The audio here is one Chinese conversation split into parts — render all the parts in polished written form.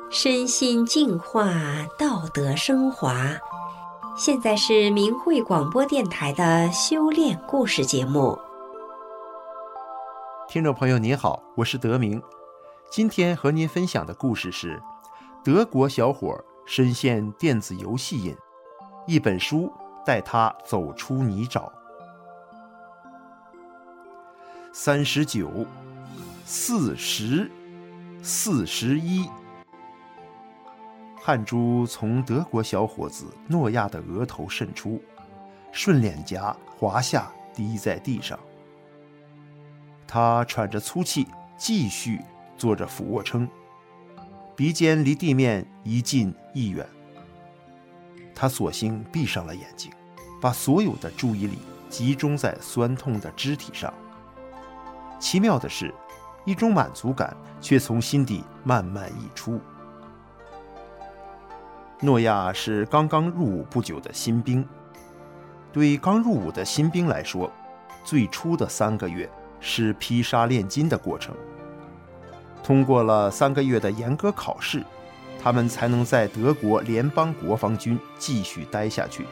身心净化，道德升华。现在是明慧广播电台的修炼故事节目。 听众朋友您好，我是德明。今天和您分享的故事是德国小伙深陷电子游戏瘾，一本书带他走出泥沼。39、40、41，汗珠从德国小伙子诺亚的额头渗出，顺脸颊滑下，滴在地上。他喘着粗气，继续做着俯卧撑，鼻尖离地面一近一远。他索性闭上了眼睛，把所有的注意力集中在酸痛的肢体上。奇妙的是，一种满足感却从心底慢慢溢出。诺亚是刚刚入伍不久的新兵，对刚入伍的新兵来说，最初的3个月是劈沙炼金的过程。通过了3个月的严格考试，他们才能在德国联邦国防军继续待下去。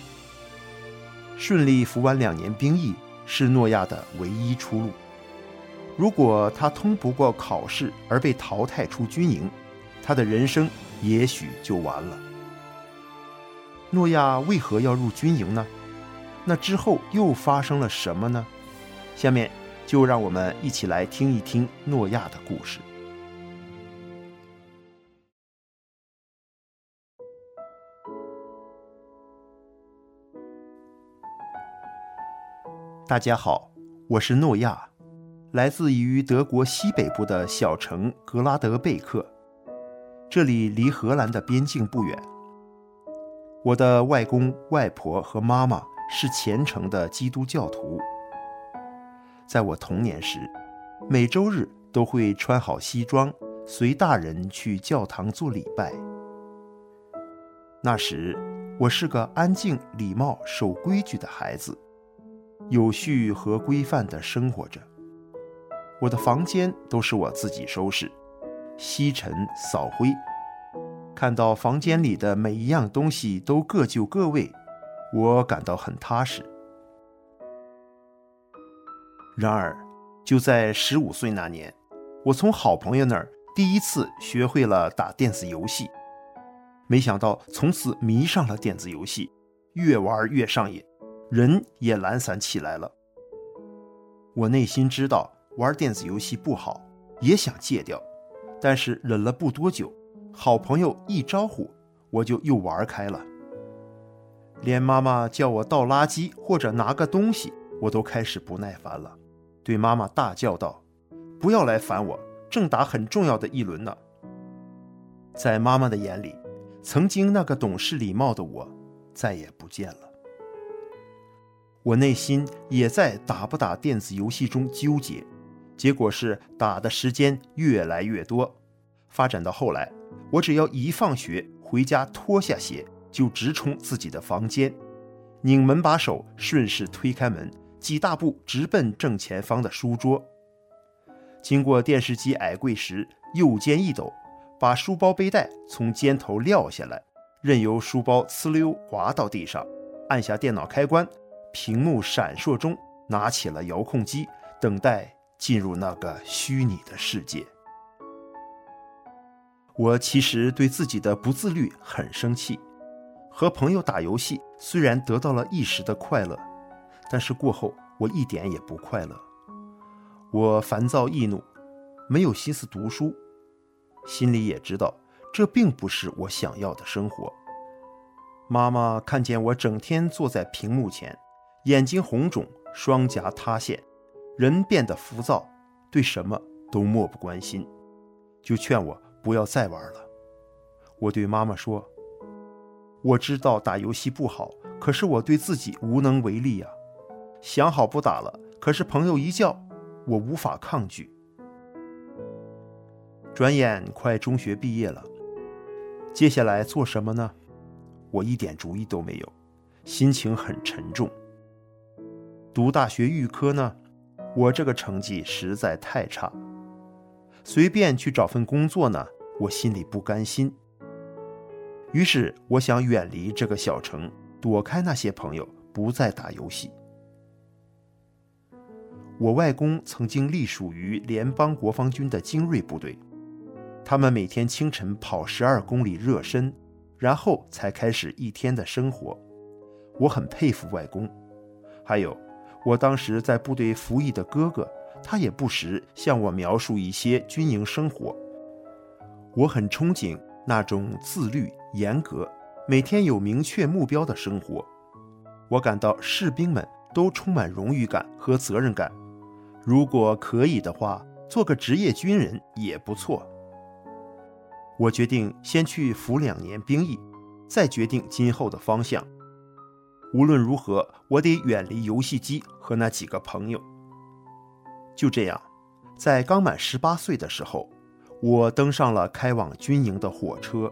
顺利服完2年兵役是诺亚的唯一出路。如果他通不过考试而被淘汰出军营，他的人生也许就完了。诺亚为何要入军营呢？那之后又发生了什么呢？下面就让我们一起来听一听诺亚的故事。大家好，我是诺亚，来自于德国西北部的小城格拉德贝克，这里离荷兰的边境不远。我的外公、外婆和妈妈是虔诚的基督教徒。在我童年时，每周日都会穿好西装，随大人去教堂做礼拜。那时，我是个安静、礼貌、守规矩的孩子，有序和规范地生活着。我的房间都是我自己收拾，吸尘扫灰，看到房间里的每一样东西都各就各位，我感到很踏实。然而，就在15岁那年，我从好朋友那儿第一次学会了打电子游戏，没想到从此迷上了电子游戏，越玩越上瘾，人也懒散起来了。我内心知道玩电子游戏不好，也想戒掉，但是忍了不多久，好朋友一招呼，我就又玩开了。连妈妈叫我倒垃圾或者拿个东西，我都开始不耐烦了，对妈妈大叫道：“不要来烦我，正打很重要的一轮呢。”在妈妈的眼里，曾经那个懂事礼貌的我再也不见了。我内心也在打不打电子游戏中纠结，结果是打的时间越来越多，发展到后来，我只要一放学回家脱下鞋，就直冲自己的房间，拧门把手，顺势推开门，几大步直奔正前方的书桌。经过电视机矮柜时，右肩一抖，把书包背带从肩头撂下来，任由书包呲溜滑到地上，按下电脑开关，屏幕闪烁中拿起了遥控机，等待进入那个虚拟的世界。我其实对自己的不自律很生气，和朋友打游戏虽然得到了一时的快乐，但是过后我一点也不快乐。我烦躁易怒，没有心思读书，心里也知道这并不是我想要的生活。妈妈看见我整天坐在屏幕前，眼睛红肿，双颊塌陷，人变得浮躁，对什么都漠不关心，就劝我不要再玩了。我对妈妈说：“我知道打游戏不好，可是我对自己无能为力啊。想好不打了，可是朋友一叫，我无法抗拒。”转眼快中学毕业了，接下来做什么呢？我一点主意都没有，心情很沉重。读大学预科呢，我这个成绩实在太差。随便去找份工作呢， 我心里不甘心。于是我想远离这个小城，躲开那些朋友，不再打游戏。我外公曾经隶属于联邦国防军的精锐部队，他们每天清晨跑12公里热身，然后才开始一天的生活。我很佩服外公。还有我当时在部队服役的哥哥，他也不时向我描述一些军营生活。我很憧憬那种自律、严格，每天有明确目标的生活。我感到士兵们都充满荣誉感和责任感，如果可以的话，做个职业军人也不错。我决定先去服2年兵役，再决定今后的方向。无论如何，我得远离游戏机和那几个朋友。就这样，在刚满18岁的时候，我登上了开往军营的火车。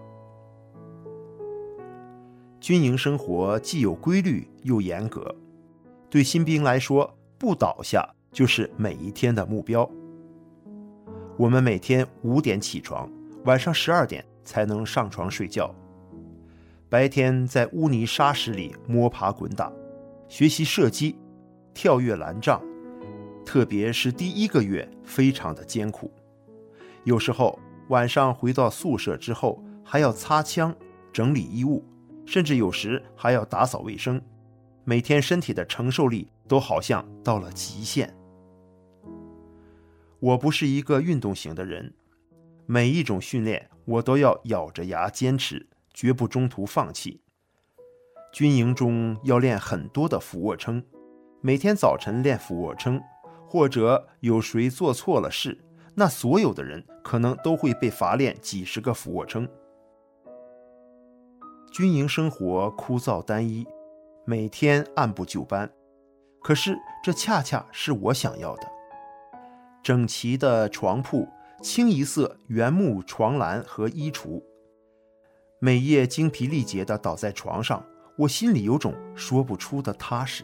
军营生活既有规律又严格，对新兵来说，不倒下就是每一天的目标。我们每天5点起床，晚上12点才能上床睡觉。白天在污泥沙石里摸爬滚打，学习射击、跳跃栏杖，特别是第1个月非常的艰苦。有时候晚上回到宿舍之后，还要擦枪、整理衣物，甚至有时还要打扫卫生。每天身体的承受力都好像到了极限。我不是一个运动型的人，每一种训练我都要咬着牙坚持，绝不中途放弃。军营中要练很多的俯卧撑，每天早晨练俯卧撑，或者有谁做错了事，那所有的人可能都会被罚练几10个俯卧撑。军营生活枯燥单一，每天按部就班，可是这恰恰是我想要的。整齐的床铺，清一色原木床栏和衣橱，每夜精疲力竭地倒在床上，我心里有种说不出的踏实。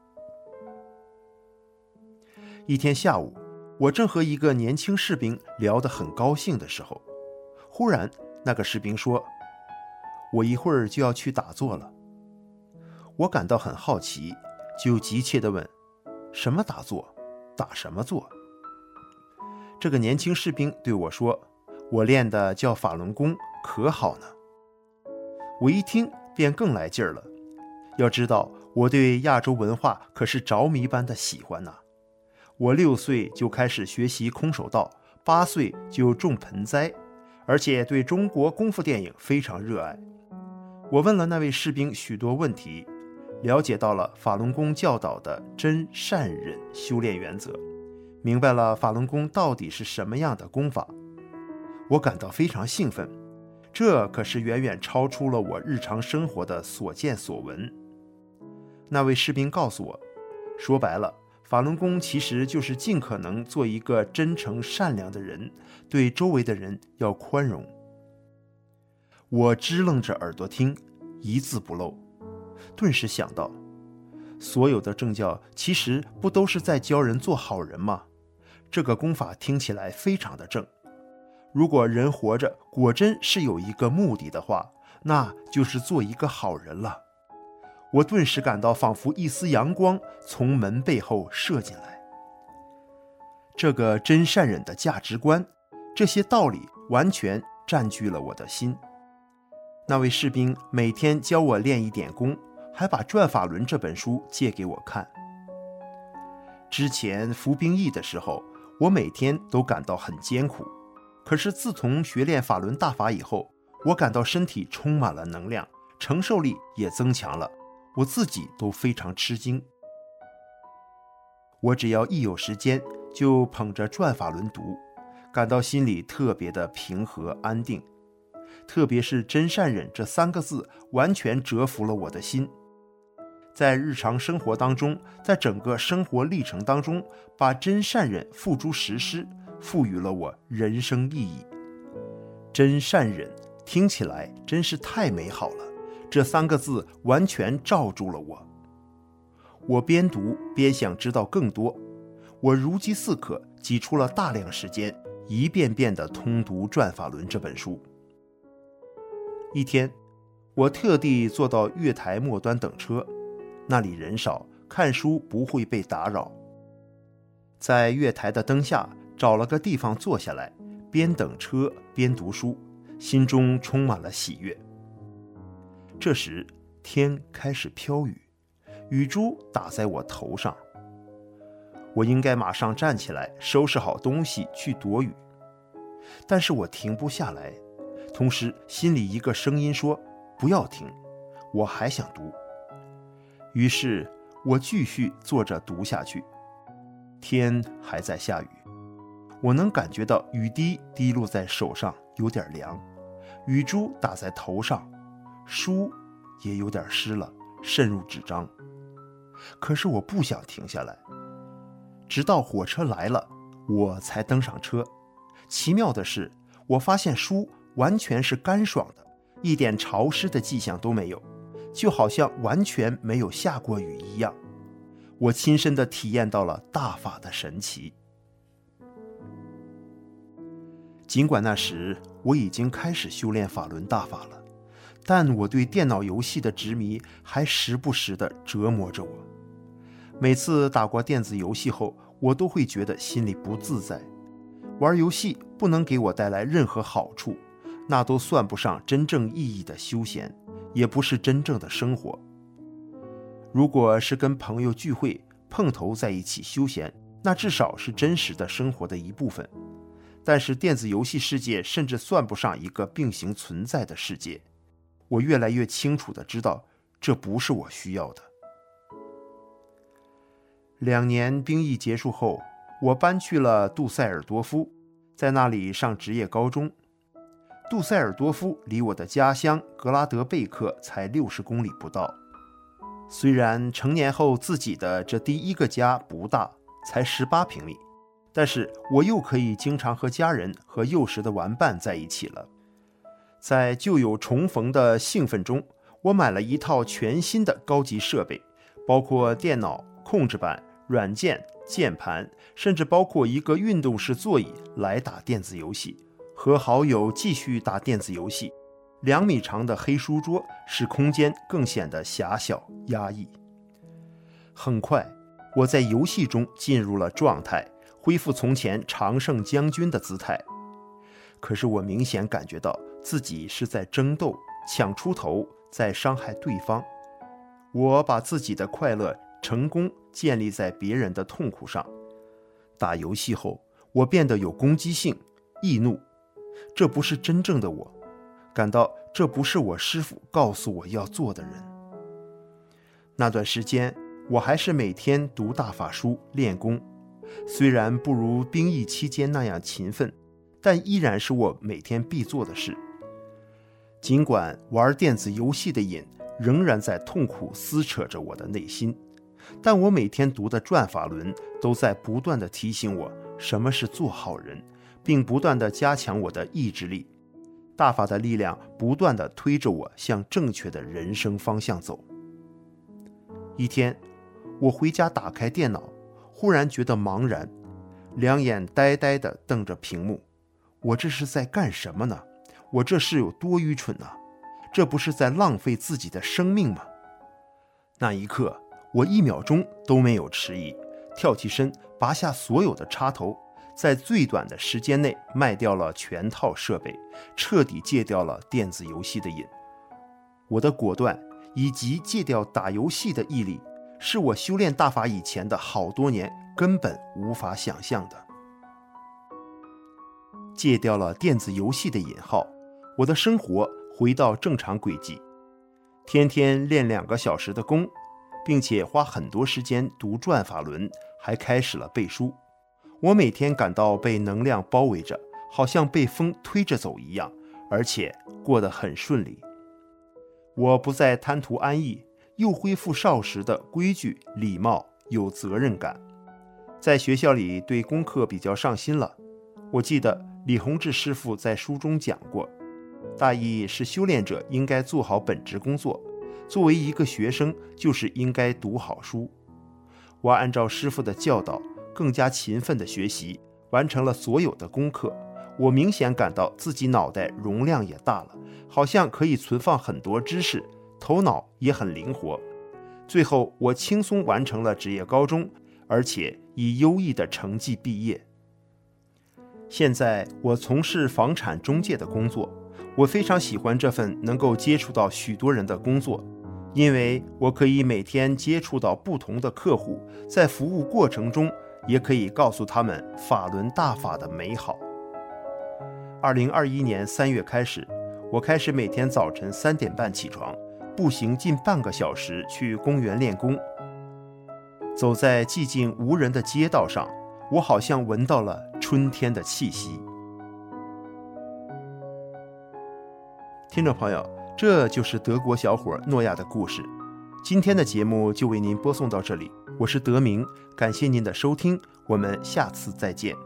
一天下午，我正和一个年轻士兵聊得很高兴的时候，忽然那个士兵说：“我一会儿就要去打坐了。”我感到很好奇，就急切地问：“什么打坐？打什么坐？”这个年轻士兵对我说：“我练的叫法轮功，可好呢。”我一听便更来劲儿了。要知道，我对亚洲文化可是着迷般的喜欢呐。我6岁就开始学习空手道，8岁就种盆栽，而且对中国功夫电影非常热爱。我问了那位士兵许多问题，了解到了法轮功教导的真善忍修炼原则，明白了法轮功到底是什么样的功法。我感到非常兴奋，这可是远远超出了我日常生活的所见所闻。那位士兵告诉我，说白了，法轮功其实就是尽可能做一个真诚善良的人，对周围的人要宽容。我支棱着耳朵听，一字不漏，顿时想到，所有的政教其实不都是在教人做好人吗？这个功法听起来非常的正。如果人活着果真是有一个目的的话，那就是做一个好人了。我顿时感到仿佛一丝阳光从门背后射进来。这个真善忍的价值观，这些道理完全占据了我的心。那位士兵每天教我练一点功，还把《转法轮》这本书借给我看。之前服兵役的时候，我每天都感到很艰苦，可是自从学练法轮大法以后，我感到身体充满了能量，承受力也增强了，我自己都非常吃惊。我只要一有时间就捧着《转法轮》读，感到心里特别的平和安定。特别是真善忍这3个字完全折服了我的心。在日常生活当中，在整个生活历程当中，把真善忍付诸实施，赋予了我人生意义。真善忍听起来真是太美好了，这3个字完全罩住了我。我边读边想知道更多，我如饥似渴，挤出了大量时间， 一遍遍地通读《转法轮》这本书。一天，我特地坐到月台末端等车，那里人少，看书不会被打扰。在月台的灯下找了个地方坐下来，边等车边读书，心中充满了喜悦。这时天开始飘雨，雨珠打在我头上。我应该马上站起来收拾好东西去躲雨，但是我停不下来，同时心里一个声音说不要停，我还想读。于是我继续坐着读下去。天还在下雨，我能感觉到雨滴滴落在手上有点凉，雨珠打在头上，书也有点湿了，渗入纸张。可是我不想停下来，直到火车来了，我才登上车。奇妙的是，我发现书完全是干爽的，一点潮湿的迹象都没有，就好像完全没有下过雨一样。我亲身地体验到了大法的神奇。尽管那时我已经开始修炼法轮大法了，但我对电脑游戏的执迷还时不时地折磨着我。每次打过电子游戏后，我都会觉得心里不自在。玩游戏不能给我带来任何好处，那都算不上真正意义的休闲，也不是真正的生活。如果是跟朋友聚会碰头在一起休闲，那至少是真实的生活的一部分。但是电子游戏世界甚至算不上一个并行存在的世界。我越来越清楚地知道，这不是我需要的。2年兵役结束后，我搬去了杜塞尔多夫，在那里上职业高中。杜塞尔多夫离我的家乡格拉德贝克才60公里不到。虽然成年后自己的这第一个家不大，才18平米，但是我又可以经常和家人和幼时的玩伴在一起了。在旧友重逢的兴奋中，我买了一套全新的高级设备，包括电脑、控制板、软件、键盘，甚至包括一个运动式座椅来打电子游戏，和好友继续打电子游戏。2米长的黑书桌使空间更显得狭小压抑。很快，我在游戏中进入了状态，恢复从前常胜将军的姿态。可是我明显感觉到自己是在争斗，抢出头，在伤害对方。我把自己的快乐成功建立在别人的痛苦上。打游戏后，我变得有攻击性、易怒，这不是真正的我，感到这不是我师父告诉我要做的人。那段时间，我还是每天读大法书练功，虽然不如兵役期间那样勤奋，但依然是我每天必做的事。尽管玩电子游戏的瘾仍然在痛苦撕扯着我的内心，但我每天读的转法轮都在不断地提醒我什么是做好人，并不断地加强我的意志力。大法的力量不断地推着我向正确的人生方向走。一天，我回家打开电脑，忽然觉得茫然，两眼呆呆地瞪着屏幕。我这是在干什么呢？我这是有多愚蠢呢？这不是在浪费自己的生命吗？那一刻，我1秒钟都没有迟疑，跳起身，拔下所有的插头，在最短的时间内卖掉了全套设备，彻底戒掉了电子游戏的瘾。我的果断以及戒掉打游戏的毅力，是我修炼大法以前的好多年根本无法想象的。戒掉了电子游戏的瘾号，我的生活回到正常轨迹，天天练2个小时的功，并且花很多时间读转法轮，还开始了背书。我每天感到被能量包围着，好像被风推着走一样，而且过得很顺利。我不再贪图安逸，又恢复少时的规矩、礼貌、有责任感。在学校里对功课比较上心了。我记得李洪志师傅在书中讲过，大意是修炼者应该做好本职工作，作为一个学生就是应该读好书。我按照师傅的教导，更加勤奋地学习， 完成了所有的功课，我明显感到自己脑袋容量也大了，好像可以存放很多知识，头脑也很灵活。最后我轻松完成了职业高中，而且以优异的成绩毕业。现在我从事房产中介的工作，我非常喜欢这份能够接触到许多人的工作，因为我可以每天接触到不同的客户，在服务过程中也可以告诉他们法轮大法的美好。2021年3月开始，我开始每天早晨3点半起床，步行近半个小时去公园练功。走在寂静无人的街道上，我好像闻到了春天的气息。听众朋友，这就是德国小伙诺亚的故事。今天的节目就为您播送到这里，我是德明，感谢您的收听，我们下次再见。